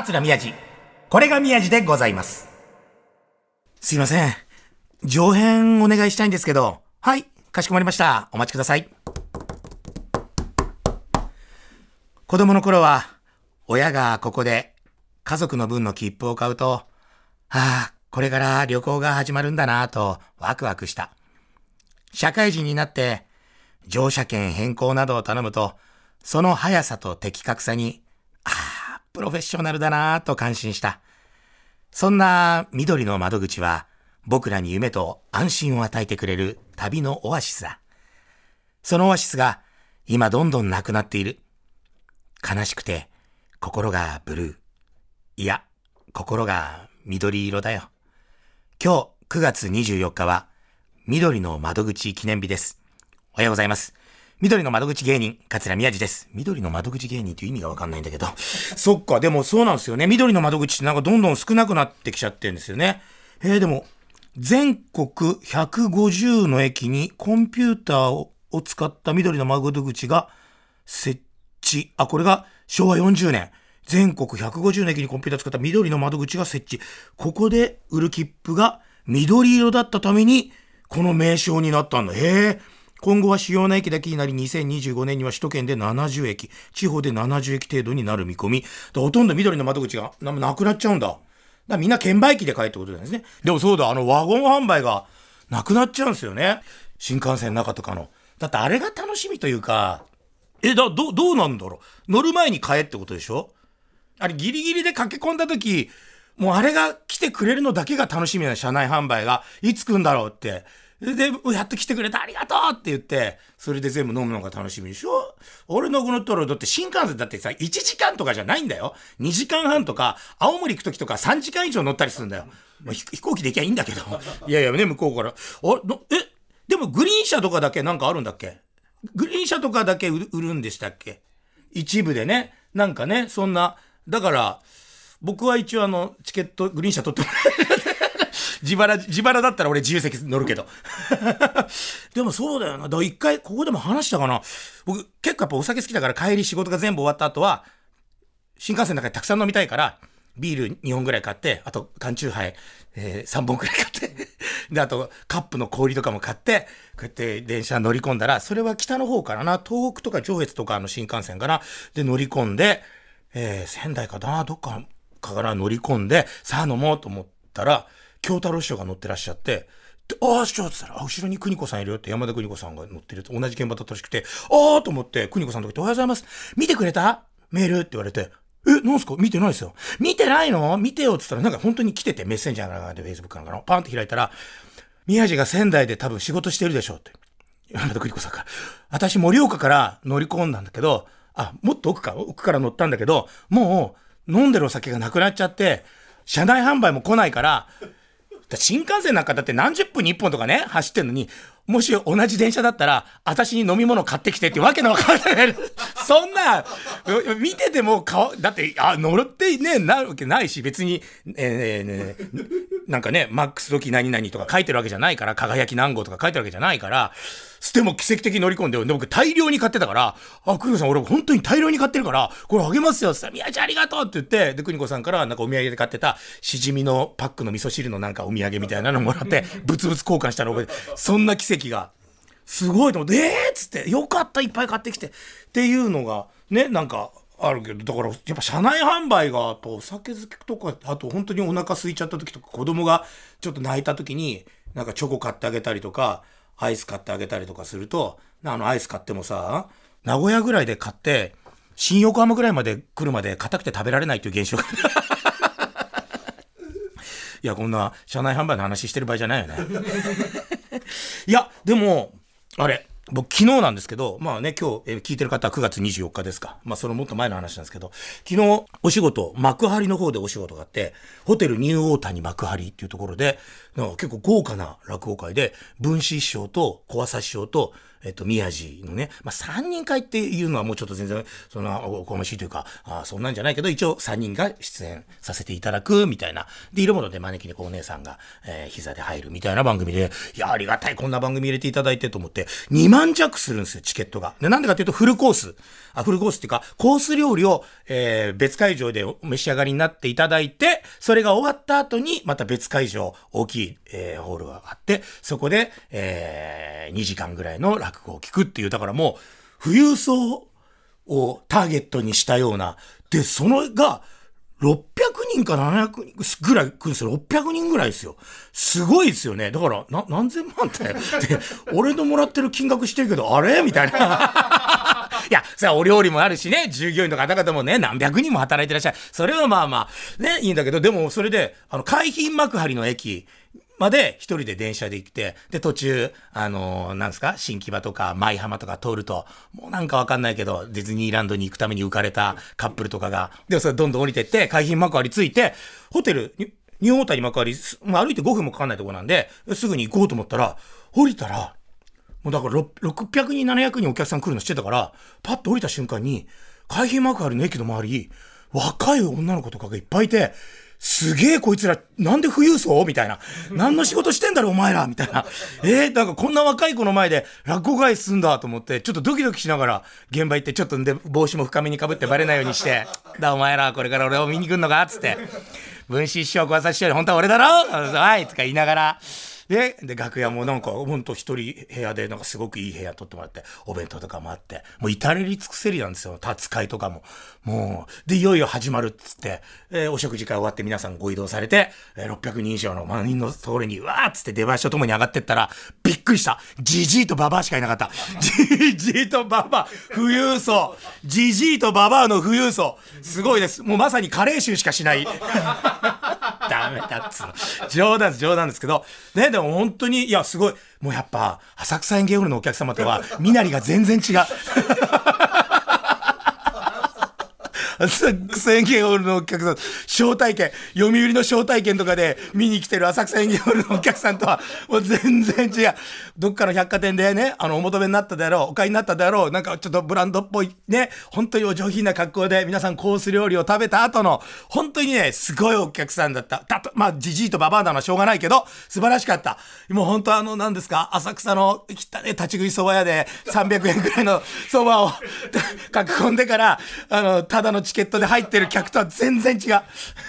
桂宮治。これが宮治でございます。すいません。上編お願いしたいんですけど。はい、かしこまりました。お待ちください。子供の頃は、親がここで家族の分の切符を買うと、これから旅行が始まるんだなぁとワクワクした。社会人になって、乗車券変更などを頼むと、その速さと的確さに、プロフェッショナルだなぁと感心した。そんな緑の窓口は、僕らに夢と安心を与えてくれる旅のオアシスだ。そのオアシスが今どんどんなくなっている。悲しくて心がブルー。いや、心が緑色だよ。今日9月24日は緑の窓口記念日です。おはようございます。緑の窓口芸人、桂宮治です。緑の窓口芸人という意味がわかんないんだけど。そっか、でもそうなんですよね。緑の窓口ってなんかどんどん少なくなってきちゃってるんですよね。でも、全国150の駅にコンピューターを使った緑の窓口が設置。これが昭和40年。全国150の駅にコンピューターを使った緑の窓口が設置。ここで売る切符が緑色だったために、この名称になったんだ。今後は主要な駅だけになり、2025年には首都圏で70駅、地方で70駅程度になる見込み。ほとんど緑の窓口がなくなっちゃうんだ。みんな券売機で買えってことなんですね。でもそうだ、ワゴン販売がなくなっちゃうんですよね。新幹線の中とかの。だってあれが楽しみというか、どうなんだろう。乗る前に買えってことでしょ。あれギリギリで駆け込んだ時、もうあれが来てくれるのだけが楽しみな車内販売が、いつ来んだろうって。で、やっと来てくれた、ありがとうって言って、それで全部飲むのが楽しみでしょ。俺のこのところ、だって新幹線だってさ、1時間とかじゃないんだよ。2時間半とか、青森行く時とか3時間以上乗ったりするんだよ。飛行機で行きゃいいんだけど。いやね、向こうから。でもグリーン車とかだけなんかあるんだっけ？グリーン車とかだけ売るんでしたっけ？一部でね。なんかね、そんな。だから、僕は一応チケット、グリーン車取ってもらえ自腹だったら俺自由席乗るけど。でもそうだよな。だから一回、ここでも話したかな。僕、結構やっぱお酒好きだから帰り仕事が全部終わった後は、新幹線の中でたくさん飲みたいから、ビール2本ぐらい買って、あと缶チューハイ、3本くらい買って、で、あとカップの氷とかも買って、こうやって電車乗り込んだら、それは北の方からな、東北とか上越とかの新幹線かな、で乗り込んで、仙台かな、どっかから乗り込んで、さあ飲もうと思ったら、京太郎師匠が乗ってらっしゃって、で、師匠って言ったら、後ろに邦子さんいるよって、山田邦子さんが乗ってると、同じ現場だったらしくて、と思って、邦子さんとか言って、おはようございます。見てくれたメールって言われて、なんすか見てないですよ。見てないの見てよって言ったら、なんか本当に来てて、メッセンジャーなんかで、Facebook なんかの、パンって開いたら、宮治が仙台で多分仕事してるでしょって。山田邦子さんから。私、盛岡から乗り込んだんだけど、もっと奥から乗ったんだけど、もう、飲んでるお酒がなくなっちゃって、車内販売も来ないから、新幹線なんかだって何十分に1本とかね、走ってんのに、もし同じ電車だったら、私に飲み物買ってきてってわけのわかんない。そんな、見ててもだって、乗るってね、なるわけないし、別に、なんかね、マックス時何々とか書いてるわけじゃないから、輝き何号とか書いてるわけじゃないから、でも奇跡的に乗り込んで、僕大量に買ってたから、邦子さん俺本当に大量に買ってるから、これあげますよって言ったら、宮治ありがとうって言って、で、邦子さんからなんかお土産で買ってた、しじみのパックの味噌汁のなんかお土産みたいなのもらって、物々交換したの覚えて、そんな奇跡が、すごいと思って、つって、よかった、いっぱい買ってきて、っていうのが、ね、なんか、あるけど、だから、やっぱ車内販売が、お酒好きとか、あと本当にお腹空いちゃった時とか、子供がちょっと泣いた時に、なんかチョコ買ってあげたりとか、アイス買ってあげたりとかすると、アイス買ってもさ、名古屋ぐらいで買って、新横浜ぐらいまで来るまで硬くて食べられないという現象が。いや、こんな車内販売の話してる場合じゃないよね。いや、でも、僕昨日なんですけど、まあね、今日、聞いてる方は9月24日ですか。まあそのもっと前の話なんですけど、昨日お仕事、幕張の方でお仕事があって、ホテルニューオータニ幕張っていうところで、 なんか結構豪華な落語会で、文枝師匠と小朝師匠と、宮治のね、3人会っていうのはもうちょっと全然、そんなおこがましいというか、そんなんじゃないけど、一応3人が出演させていただくみたいな。で、色物で招き猫お姉さんが、膝で入るみたいな番組で、いや、ありがたい、こんな番組入れていただいてと思って、2万弱するんですよ、チケットが。で、なんでかっていうと、フルコースっていうか、コース料理を、別会場でお召し上がりになっていただいて、それが終わった後に、また別会場、大きい、ホールがあって、そこで、2時間ぐらいの落語を聞くっていう、だからもう、富裕層をターゲットにしたような、で、そのが、600人か700人ぐらい来るんですよ。600人ぐらいですよ。すごいですよね。だから、何千万って。で、俺のもらってる金額してるけど、あれみたいな。いや、それはお料理もあるしね、従業員の方々もね、何百人も働いてらっしゃる。それはまあまあ、ね、いいんだけど、でもそれで、海浜幕張の駅、まで一人で電車で行って、で、途中、なんですか、新木場とか舞浜とか通ると、もうなんかわかんないけど、ディズニーランドに行くために浮かれたカップルとかが、で、それどんどん降りてって、海浜幕張着いて、ホテル、ニューオータニ幕張、歩いて5分もかかんないとこなんで、すぐに行こうと思ったら、降りたら、もうだから600人、700人お客さん来るの知ってたから、パッと降りた瞬間に、海浜幕張の駅の周り、若い女の子とかがいっぱいいて、すげえこいつら、なんで富裕層みたいな。何の仕事してんだろお前らみたいな。なんかこんな若い子の前で落語会すんだと思って、ちょっとドキドキしながら現場行って、ちょっとで帽子も深めに被ってバレないようにして、お前らこれから俺を見に来んのかつって、文枝師匠、小朝師匠に本当は俺だろはいとか言いながら、で、楽屋もなんか、ほんと一人部屋で、なんかすごくいい部屋取ってもらって、お弁当とかもあって、もう至れり尽くせりなんですよ。立つ会とかも。もう、で、いよいよ始まるっつって、お食事会終わって皆さんご移動されて、600人以上の満員のところに、わーっつって出囃子とともに上がってったら、びっくりした。ジジイとババアしかいなかった。ジジイとババア、富裕層。ジジイとババアの富裕層。すごいです。もうまさに加齢臭しかしない。ダメだっつうの。冗談ですけど、ね、でも本当に、いや、すごい。もうやっぱ、浅草園芸ホールのお客様とは、身なりが全然違う。浅草園芸ホールのお客さん、招待券、読売の招待券とかで見に来てる浅草園芸ホールのお客さんとは、もう全然違う。どっかの百貨店でね、お求めになったであろう、お買いになったであろう、なんかちょっとブランドっぽいね、本当にお上品な格好で皆さんコース料理を食べた後の、本当にね、すごいお客さんだった。まあ、ジジイとババアなのはしょうがないけど、素晴らしかった。もう本当何ですか、浅草の汚ね、立ち食い蕎麦屋で300円くらいの蕎麦を書き込んでから、ただのチケットで入ってる客とは全然違う。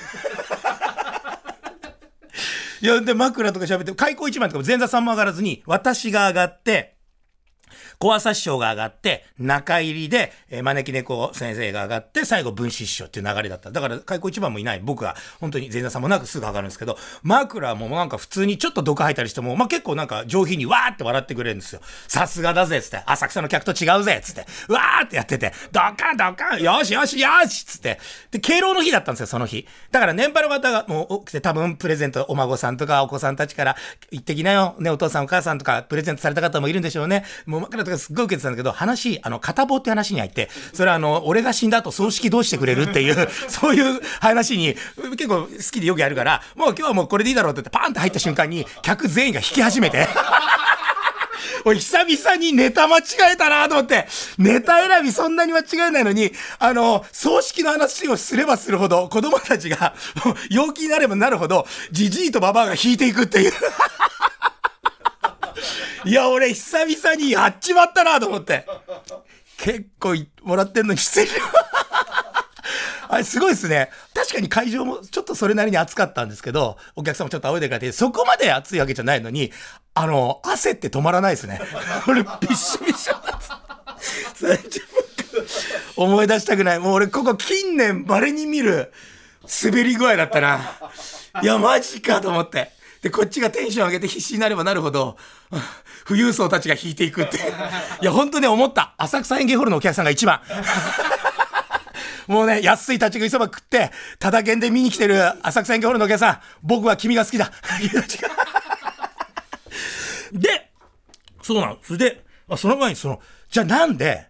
いや、で、枕とか喋って、開口一番とかも前座さんも上がらずに、私が上がって、小朝師匠が上がって、中入りで、招き猫先生が上がって、最後文枝師匠っていう流れだった。だから、開口一番もいない。僕が、本当に前座さんもなくすぐ上がるんですけど、枕もなんか普通にちょっと毒吐いたりしても、まあ、結構なんか上品にわーって笑ってくれるんですよ。さすがだぜつって、浅草の客と違うぜつって、わーってやってて、ドカンドカン、よしよしよしつって、で、敬老の日だったんですよ、その日。だから年配の方がもう多くて、多分プレゼント、お孫さんとかお子さんたちから、行ってきなよ、ね、お父さんお母さんとか、プレゼントされた方もいるんでしょうね。もう枕とかすっごい受けてたんだけど、話、片棒って話に入って、それは俺が死んだ後葬式どうしてくれるっていう、そういう話に、結構好きでよくやるから、もう今日はもうこれでいいだろうって言って、パーンって入った瞬間に、客全員が引き始めて、おい、久々にネタ間違えたなと思って、ネタ選びそんなに間違えないのに、葬式の話をすればするほど、子供たちが、陽気になればなるほど、ジジイとババアが引いていくっていう。いや、俺、久々にやっちまったなと思って。結構もらってんのに失礼。あれ、すごいですね。確かに会場もちょっとそれなりに暑かったんですけど、お客さんもちょっと仰いでくれて、そこまで暑いわけじゃないのに、汗って止まらないですね。俺、びっしょびしょ。30分思い出したくない。もう俺、ここ近年稀に見る滑り具合だったな。いや、マジかと思って。で、こっちがテンション上げて必死になればなるほど、富裕層たちが引いていくって。いや、本当に思った。浅草園芸ホールのお客さんが一番。もうね、安い立ち食いそば食って、ただ券で見に来てる浅草園芸ホールのお客さん、僕は君が好きだ。で、そうなの。それで、その前にじゃあなんで、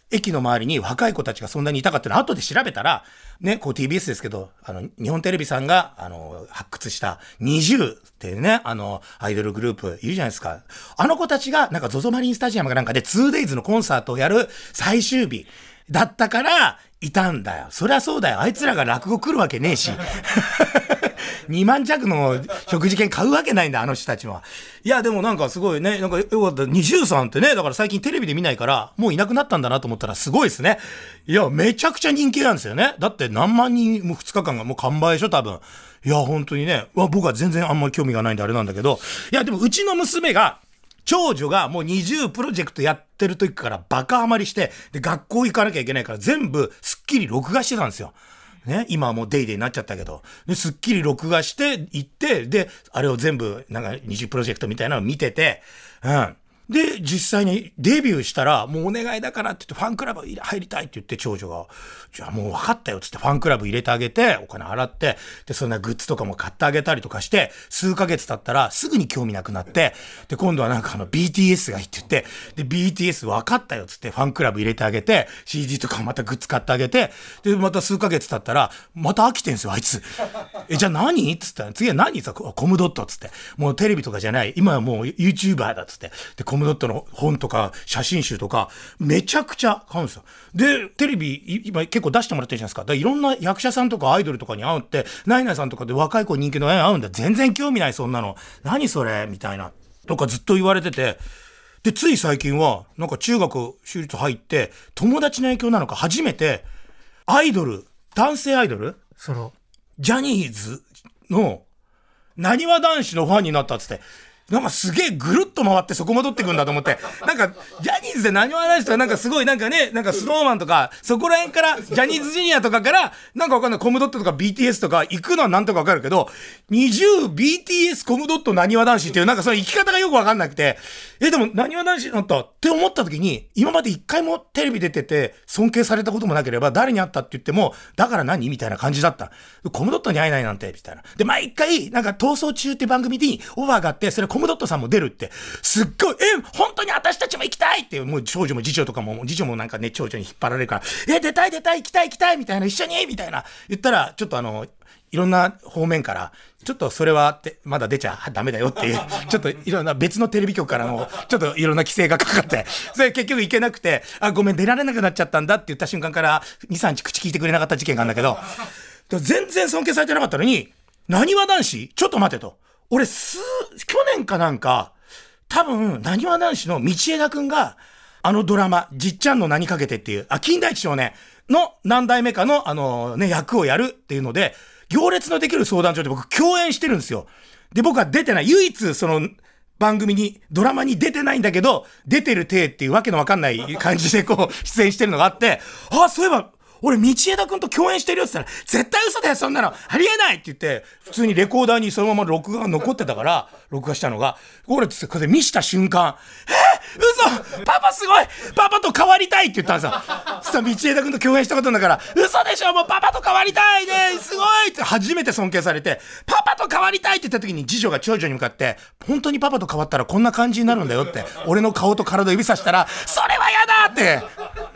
駅の周りに若い子たちがそんなにいたかっていうのを後で調べたら、ね、こう TBS ですけど、日本テレビさんが、発掘した20っていうね、アイドルグループいるじゃないですか。あの子たちが、なんか ZOZO マリンスタジアムかなんかで 2days のコンサートをやる最終日だったから、いたんだよ。そりゃそうだよ。あいつらが落語来るわけねえし。2万弱の食事券買うわけないんだ、あの人たちは。いや、でもなんかすごいね、なんかよかった。23ってね、だから最近テレビで見ないから、もういなくなったんだなと思ったらすごいですね。いや、めちゃくちゃ人気なんですよね。だって何万人も2日間がもう完売でしょ、多分。いや、本当にね。僕は全然あんまり興味がないんであれなんだけど。いや、でもうちの娘が、長女がもう20プロジェクトやってる時からバカハマりして、で、学校行かなきゃいけないから全部スッキリ録画してたんですよ。ね、今はもうデイデイになっちゃったけど。で、スッキリ録画して行って、で、あれを全部、なんか20プロジェクトみたいなのを見てて、うん。で、実際にデビューしたら、もうお願いだからって言って、ファンクラブ入りたいって言って、長女が、じゃあもう分かったよってって、ファンクラブ入れてあげて、お金払って、で、そんなグッズとかも買ってあげたりとかして、数ヶ月経ったら、すぐに興味なくなって、で、今度はなんかBTS がいいって言って、で、BTS 分かったよってって、ファンクラブ入れてあげて、CD とかまたグッズ買ってあげて、で、また数ヶ月経ったら、また飽きてんすよ、あいつ。じゃあ何っつったら、次は何っつったら、コムドットっつって、もうテレビとかじゃない、今はもう YouTuber だっつって、で、コムドットの本とか写真集とかめちゃくちゃ買うんですよ。でテレビ今結構出してもらってるじゃないですか。だからいろんな役者さんとかアイドルとかに会うってナイナイさんとかで若い子人気の会うんだ。全然興味ないそんなの何それみたいなとかずっと言われてて、でつい最近はなんか中学私立入って友達の影響なのか初めてアイドル男性アイドルそのジャニーズのなにわ男子のファンになったっつって、なんかすげえぐるっと回ってそこ戻ってくんだと思って、なんかジャニーズで何もない人はなんかすごいなんかね、なんかスノーマンとかそこら辺からジャニーズジュニアとかからなんかわかんないコムドットとか BTS とか行くのはなんとかわかるけど、20BTS コムドットなにわ男子っていうなんかその生き方がよくわかんなくて、でもなにわ男子だったって思った時に、今まで一回もテレビ出てて尊敬されたこともなければ誰に会ったって言ってもだから何みたいな感じだった。コムドットに会えないなんてみたいな。で毎回なんか逃走中って番組にオファーがあって、それコムドットさんも出るって、すっごい本当に私たちも行きたいって、もう長女も次女とかも次女もなんかね長女に引っ張られるから出たい行きたいみたいな、一緒にみたいな言ったら、ちょっといろんな方面からちょっとそれはってまだ出ちゃダメだよっていうちょっといろんな別のテレビ局からもちょっといろんな規制がかかって、それ結局行けなくて、ごめん出られなくなっちゃったんだって言った瞬間から2、3日口聞いてくれなかった事件があるんだけど、全然尊敬されてなかったのに、なにわ男子ちょっと待てと。俺去年かなんか多分なにわ男子の道枝くんがドラマじっちゃんの名にかけてっていう金田一少年の何代目かの役をやるっていうので、行列のできる相談所で僕共演してるんですよ。で僕は出てない、唯一その番組にドラマに出てないんだけど出てる体っていうわけのわかんない感じでこう出演してるのがあって、そういえば俺道枝くんと共演してるよって言ったら、絶対嘘だよそんなのありえないって言って、普通にレコーダーにそのまま録画が残ってたから録画したのが、俺ってこれ見した瞬間、嘘パパすごいパパと変わりたいって言ったんですよ。そしたら道枝くんと共演したことだから、嘘でしょもうパパと変わりたいねすごいって初めて尊敬されて、パパと変わりたいって言った時に次女が長女に向かって、本当にパパと変わったらこんな感じになるんだよって俺の顔と体を指さしたら、それはやだって、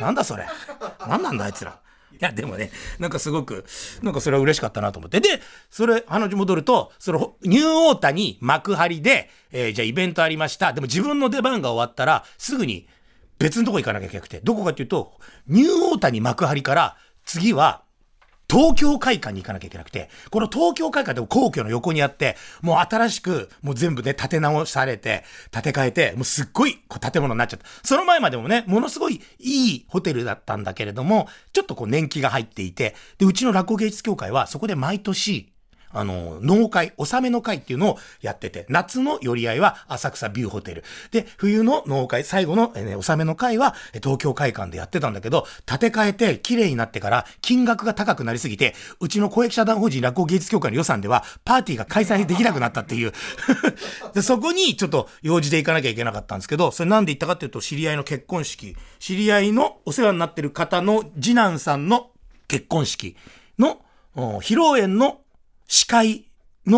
なんだそれなんなんだあいつら。いやでもね、なんかすごくなんかそれは嬉しかったなと思って、でそれ話戻ると、そのニューオータニ幕張で、じゃあイベントありました。でも自分の出番が終わったらすぐに別のとこ行かなきゃいけなくて、どこかっていうとニューオータニ幕張から次は東京会館に行かなきゃいけなくて、この東京会館でも皇居の横にあって、もう新しくもう全部ね建て直されて建て替えて、もうすっごい建物になっちゃった。その前までもねものすごいいいホテルだったんだけれども、ちょっとこう年季が入っていて、でうちの落語芸術協会はそこで毎年納会、納めの会っていうのをやってて、夏の寄り合いは浅草ビューホテル。で、冬の納会、最後の、納めの会は東京会館でやってたんだけど、建て替えて綺麗になってから金額が高くなりすぎて、うちの公益社団法人落語芸術協会の予算ではパーティーが開催できなくなったっていう。で、そこにちょっの用事で行かなきゃいけなかったんですけど、それなんで行ったかっていうと、知り合いの結婚式、知り合いのお世話になってる方の次男さんの結婚式の披露宴の司会の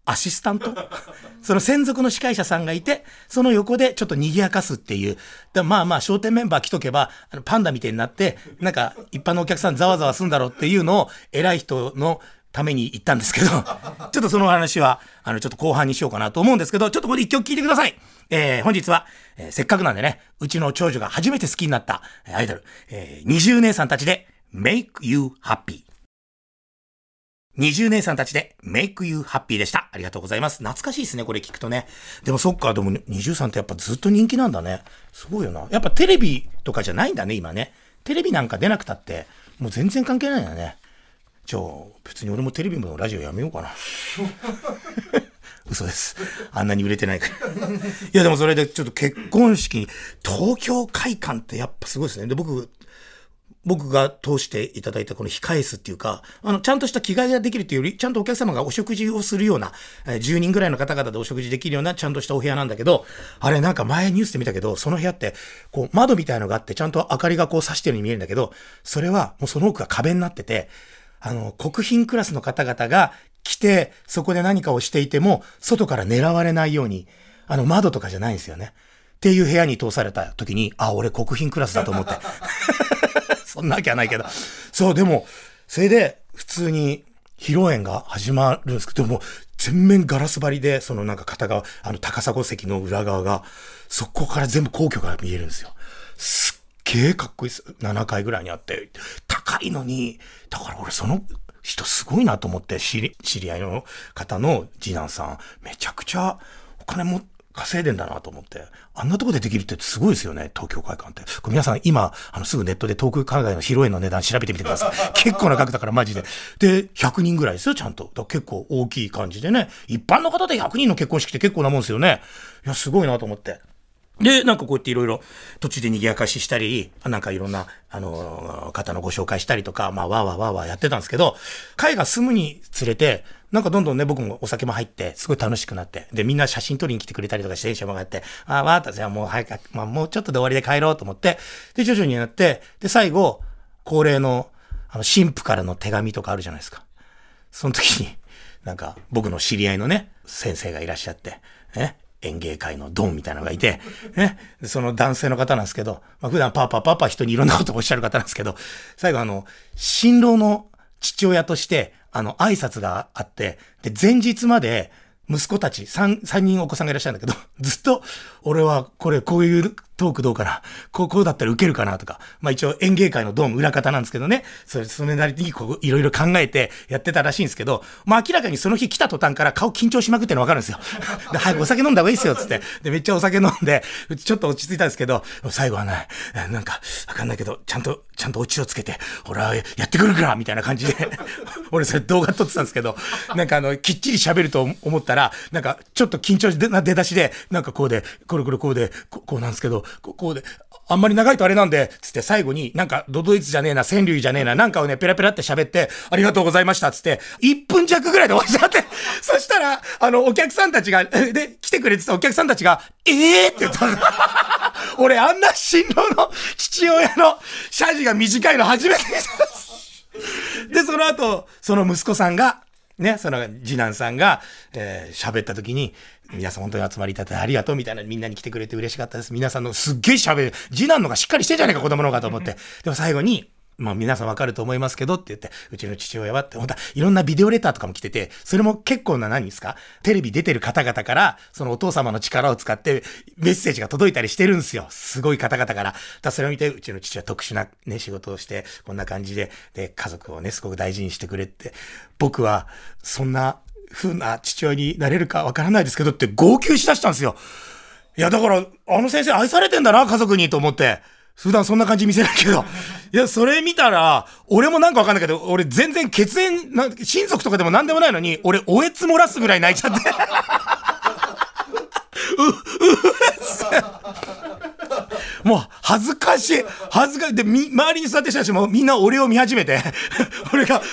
アシスタントその専属の司会者さんがいて、その横でちょっと賑やかすっていう。まあ笑点メンバー来とけば、パンダみたいになって、なんか一般のお客さんざわざわすんだろうっていうのを偉い人のために言ったんですけど、ちょっとその話は、ちょっと後半にしようかなと思うんですけど、ちょっとここで一曲聴いてください。本日は、せっかくなんでね、うちの長女が初めて好きになったアイドル、20姉さんたちで Make You Happy。20姉さんたちで Make You Happy でした。ありがとうございます。懐かしいですね、これ聞くとね。でもそっか、でも20さんってやっぱずっと人気なんだね。すごいよな。やっぱテレビとかじゃないんだね、今ね。テレビなんか出なくたって、もう全然関係ないんだね。じゃあ、別に俺もテレビもラジオやめようかな。嘘です。あんなに売れてないから。いやでもそれでちょっと結婚式に、東京会館ってやっぱすごいですね。で、僕が通していただいたこの控え室っていうか、ちゃんとした着替えができるっていうより、ちゃんとお客様がお食事をするような、10人ぐらいの方々でお食事できるような、ちゃんとしたお部屋なんだけど、あれなんか前ニュースで見たけど、その部屋って、こう、窓みたいのがあって、ちゃんと明かりがこう差してるように見えるんだけど、それはもうその奥が壁になってて、国賓クラスの方々が来て、そこで何かをしていても、外から狙われないように、窓とかじゃないんですよね。っていう部屋に通された時に、俺国賓クラスだと思って。そんなわけはないけど。そう、でも、それで、普通に、披露宴が始まるんですけど、もう、全面ガラス張りで、そのなんか片側、高砂席の裏側が、そこから全部皇居が見えるんですよ。すっげえかっこいいです。7階ぐらいにあって、高いのに、だから俺その人すごいなと思って、知り合いの方の次男さん、めちゃくちゃお金も稼いでんだなと思って、あんなとこでできるってすごいですよね、東京会館って。これ皆さん今、すぐネットで東京海外の披露宴の値段調べてみてください。結構な額だからマジで。で、100人ぐらいですよ、ちゃんと。だ結構大きい感じでね。一般の方で100人の結婚式って結構なもんですよね。いや、すごいなと思って。で、なんかこうやっていろいろ途中で賑やかししたり、なんかいろんな、方のご紹介したりとか、わーわーやってたんですけど、会が済むにつれて、なんかどんどんね、僕もお酒も入って、すごい楽しくなって、で、みんな写真撮りに来てくれたりとかして、電車もやって、わーったじゃあもう早く、もうちょっとで終わりで帰ろうと思って、で、徐々になって、で、最後、恒例の、新婦からの手紙とかあるじゃないですか。その時に、なんか、僕の知り合いのね、先生がいらっしゃって、演芸界のドンみたいなのがいて、その男性の方なんですけど、普段パパ人にいろんなことをおっしゃる方なんですけど、最後新郎の父親として、挨拶があって、で、前日まで、息子たち、三人お子さんがいらっしゃるんだけど、ずっと、俺はこういうトークどうかな、こうだったらウケるかなとか、一応演芸界のドーム裏方なんですけどね、それなりにいろいろ考えてやってたらしいんですけど、明らかにその日来た途端から顔緊張しまくってるの分かるんですよ。で、早くお酒飲んだ方がいいですよ、つって。で、めっちゃお酒飲んで、ちょっと落ち着いたんですけど、最後はね、なんか、わかんないけど、ちゃんとオチをつけて、俺はやってくるからみたいな感じで、俺それ動画撮ってたんですけど、なんかきっちり喋ると思ったら、なんか、ちょっと緊張な出だしで、なんかこうで、こうなんですけど、こうで、あんまり長いとあれなんで、つって最後になんかドドイツじゃねえな、川柳じゃねえな、なんかをね、ペラペラって喋って、ありがとうございました、つって、1分弱ぐらいで終わっちゃって、そしたら、お客さんたちが、で、来てくれてたお客さんたちが、って言ったの。俺、あんな新郎の父親の謝辞が短いの初めて見た。で、その後、その息子さんが、ね、その次男さんが、喋った時に、皆さん本当に集まりいただいてありがとうみたいな、みんなに来てくれて嬉しかったです。皆さんのすっげえ喋る。次男のがしっかりしてんじゃねえか、子供のがと思って。でも最後に、皆さんわかると思いますけどって言って、うちの父親はって、本当はいろんなビデオレターとかも来てて、それも結構な何ですか？テレビ出てる方々から、そのお父様の力を使ってメッセージが届いたりしてるんですよ。すごい方々から。それを見て、うちの父は特殊なね、仕事をして、こんな感じで、で、家族をね、すごく大事にしてくれって、僕は、そんな風な父親になれるかわからないですけどって号泣しだしたんですよ。いや、だから、先生愛されてんだな、家族にと思って。普段そんな感じ見せないけど。いや、それ見たら、俺もなんかわかんないけど、俺全然血縁、親族とかでもなんでもないのに、俺おえつ漏らすぐらい泣いちゃって。もう、恥ずかしい。で、周りに座ってる人たちもみんな俺を見始めて、俺が、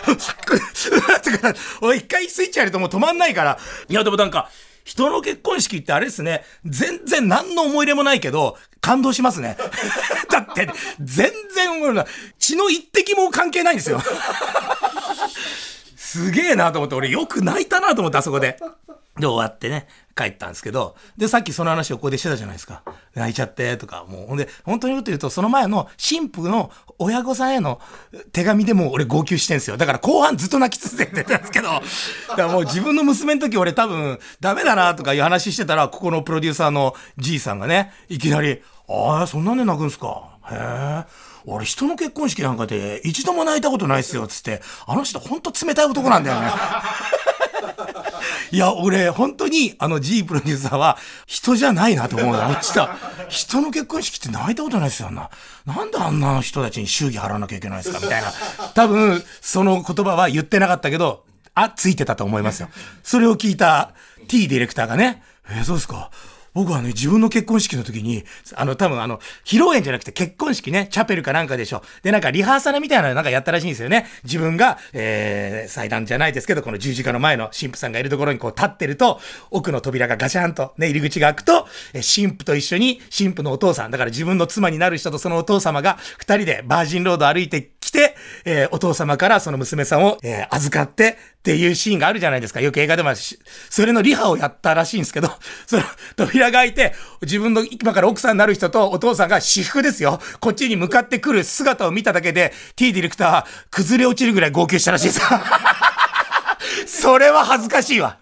俺一回スイッチやるともう止まんないから。いや、でもなんか、人の結婚式ってあれですね、全然何の思い入れもないけど、感動しますね。だって、全然、血の一滴も関係ないんですよ。すげえなと思って、俺よく泣いたなと思って、あそこで。 で、終わってね、帰ったんですけど、で、さっきその話をここでしてたじゃないですか。泣いちゃってとか、もう、ほんで、本当にこと言うと、その前の神父の親御さんへの手紙でも俺号泣してんすよ。だから後半ずっと泣き続けてたんですけど、だからもう自分の娘の時俺多分ダメだなとかいう話してたら、ここのプロデューサーのじいさんがね、いきなり、ああ、そんなんで泣くんすか。へえ。俺人の結婚式なんかで一度も泣いたことないっすよ、つって。あの人ほんと冷たい男なんだよね。いや、俺、本当に、G プロデューサーは、人じゃないなと思うよ。人の結婚式って泣いたことないですよ、なんであんな人たちに祝儀払わなきゃいけないんですかみたいな。多分、その言葉は言ってなかったけど、ついてたと思いますよ。それを聞いた T ディレクターがね、そうですか。僕はね、自分の結婚式の時に、多分披露宴じゃなくて結婚式ね、チャペルかなんかでしょ。で、なんかリハーサルみたいなのなんかやったらしいんですよね。自分が、祭壇じゃないですけど、この十字架の前の神父さんがいるところにこう立ってると、奥の扉がガチャンとね、入り口が開くと、神父と一緒に神父のお父さん、だから自分の妻になる人とそのお父様が二人でバージンロードを歩いてきて、お父様からその娘さんを、預かってっていうシーンがあるじゃないですか。よく映画でもそれのリハをやったらしいんですけど、その扉が開いて、自分の今から奥さんになる人とお父さんが私服ですよ。こっちに向かってくる姿を見ただけで、T ディレクターは崩れ落ちるぐらい号泣したらしいです。それは恥ずかしいわ。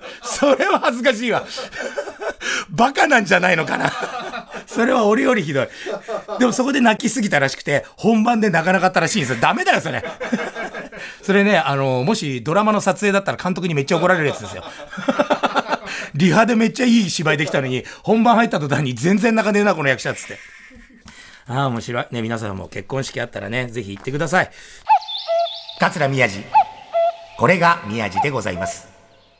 バカなんじゃないのかな。それは俺よりひどい。でもそこで泣きすぎたらしくて、本番で泣かなかったらしいんですよ。ダメだよ、それ。それね、もしドラマの撮影だったら監督にめっちゃ怒られるやつですよ。リハでめっちゃいい芝居できたのに、本番入った途端に全然泣かねえな、この役者っつって。ああ、面白い。ね、皆さんも結婚式あったらね、ぜひ行ってください。桂宮治。これが宮治でございます。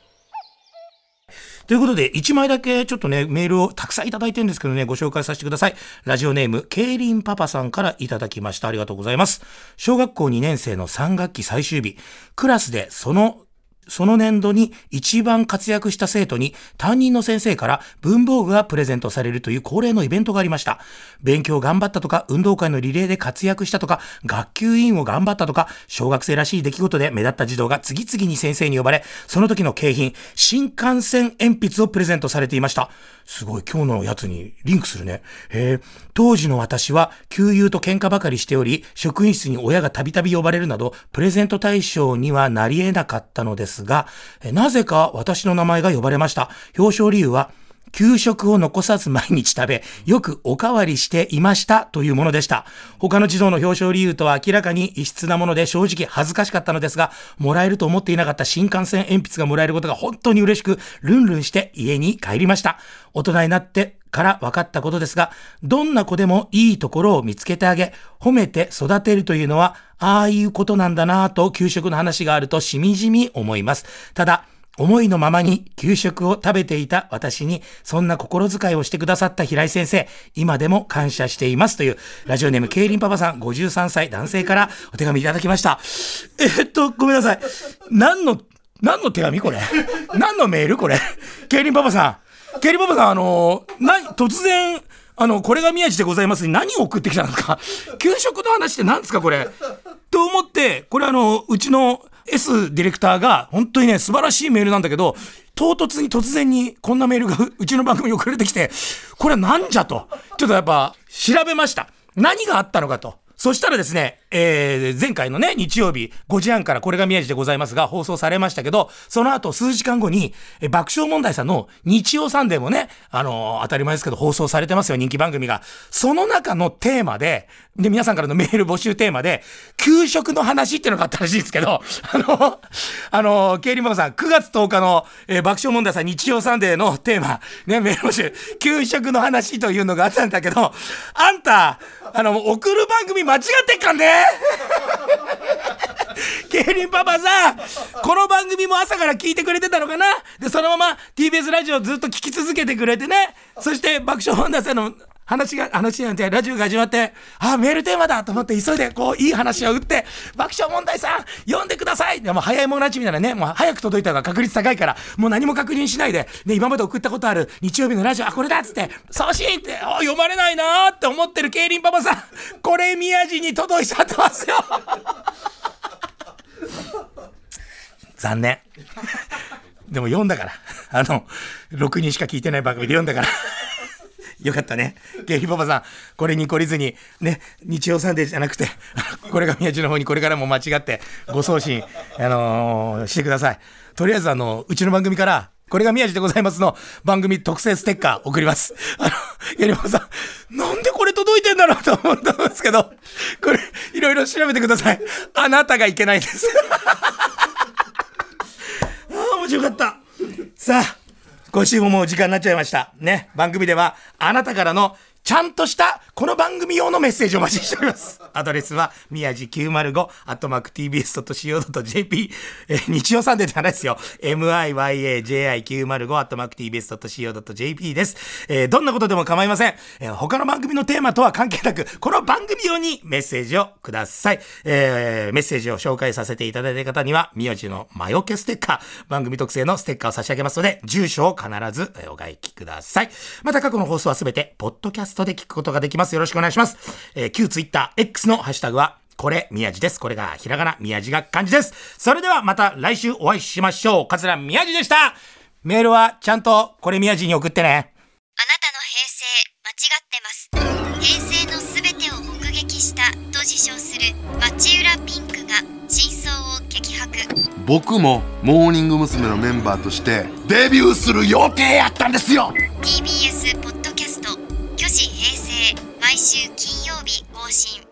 ということで、1枚だけちょっとね、メールをたくさんいただいてるんですけどね、ご紹介させてください。ラジオネーム、ケイリンパパさんからいただきました。ありがとうございます。小学校2年生の3学期最終日、クラスでその年度に一番活躍した生徒に担任の先生から文房具がプレゼントされるという恒例のイベントがありました。勉強頑張ったとか、運動会のリレーで活躍したとか、学級委員を頑張ったとか、小学生らしい出来事で目立った児童が次々に先生に呼ばれ、その時の景品、新幹線鉛筆をプレゼントされていました。すごい、今日のやつにリンクするね。当時の私は給油と喧嘩ばかりしており、職員室に親がたびたび呼ばれるなど、プレゼント対象にはなり得なかったのですが、なぜか私の名前が呼ばれました。表彰理由は、給食を残さず毎日食べ、よくおかわりしていましたというものでした。他の児童の表彰理由とは明らかに異質なもので正直恥ずかしかったのですが、もらえると思っていなかった新幹線鉛筆がもらえることが本当に嬉しく、ルンルンして家に帰りました。大人になってから分かったことですが、どんな子でもいいところを見つけてあげ、褒めて育てるというのは、ああいうことなんだなぁと給食の話があるとしみじみ思います。ただ、思いのままに給食を食べていた私に、そんな心遣いをしてくださった平井先生、今でも感謝していますという、ラジオネームケイリンパパさん、53歳男性からお手紙いただきました。ごめんなさい。何の手紙これ何のメールこれケイリンパパさん、突然、これが宮治でございますに何を送ってきたんですか？給食の話って何ですかこれと思って、これうちのS ディレクターが本当にね素晴らしいメールなんだけど、突然にこんなメールがうちの番組に送られてきて、これはなんじゃとちょっとやっぱ調べました。何があったのかと。そしたらですね、前回のね、日曜日5時半からこれが宮治でございますが放送されましたけど、その後数時間後に、爆笑問題さんの日曜サンデーもね、当たり前ですけど放送されてますよ、人気番組が。その中のテーマで、皆さんからのメール募集テーマで、給食の話っていうのがあったらしいんですけど、ケイリンパパさん、9月10日の、爆笑問題さん日曜サンデーのテーマ、ね、メール募集、給食の話というのがあったんだけど、あんた、送る番組間違ってっかんねケイリンパパさん、この番組も朝から聞いてくれてたのかな。で、そのまま TBS ラジオをずっと聞き続けてくれてね、そして爆笑問題さんの話なんてラジオが始まって、メールテーマだと思って急いでこういい話を打って、爆笑問題さん読んでください。でも早いもん勝ちみたいなね、もう早く届いた方が確率高いから、もう何も確認しないで、今まで送ったことある日曜日のラジオ、これだっつって送信って読まれないなーって思ってるケイリンパパさん、これ宮治に届いちゃってますよ残念でも読んだから。6人しか聞いてない番組で読んだから。よかったね。ゲイリーパパさん、これに懲りずに、ね、日曜サンデーじゃなくて、これが宮地の方にこれからも間違ってご送信、してください。とりあえずうちの番組から、これが宮地でございますの番組特製ステッカー送ります。ゲイリーパパさん、なんでこれ届いてんだろうと思ったんですけど、これ、いろいろ調べてください。あなたがいけないです。面白かった。さあ、今週ももう時間になっちゃいましたね。番組ではあなたからのちゃんとしたこの番組用のメッセージをお待ちしております。アドレスは宮地 905@tbs.co.jp、日曜サンデーじゃないですよ。miyaji905@tbs.co.jp です。どんなことでも構いません。他の番組のテーマとは関係なく、この番組用にメッセージをください。メッセージを紹介させていただいた方には、宮地の魔除けステッカー、番組特製のステッカーを差し上げますので、住所を必ずお書きください。また過去の放送はすべて、ポッドキャストで聞くことができます。よろしくお願いします。旧ツイッター X のハッシュタグはこれ宮地です。これがひらがな、宮地が漢字です。それではまた来週お会いしましょう。桂宮地でした。メールはちゃんとこれ宮地に送ってね。 あなたの平成間違ってます。平成のすべてを目撃したと自称する町浦ピンクが真相を激白。 僕もモーニング娘。のメンバーとしてデビューする予定やったんですよ。 TBS ポッドキャスト虚子平成、毎週金曜日更新。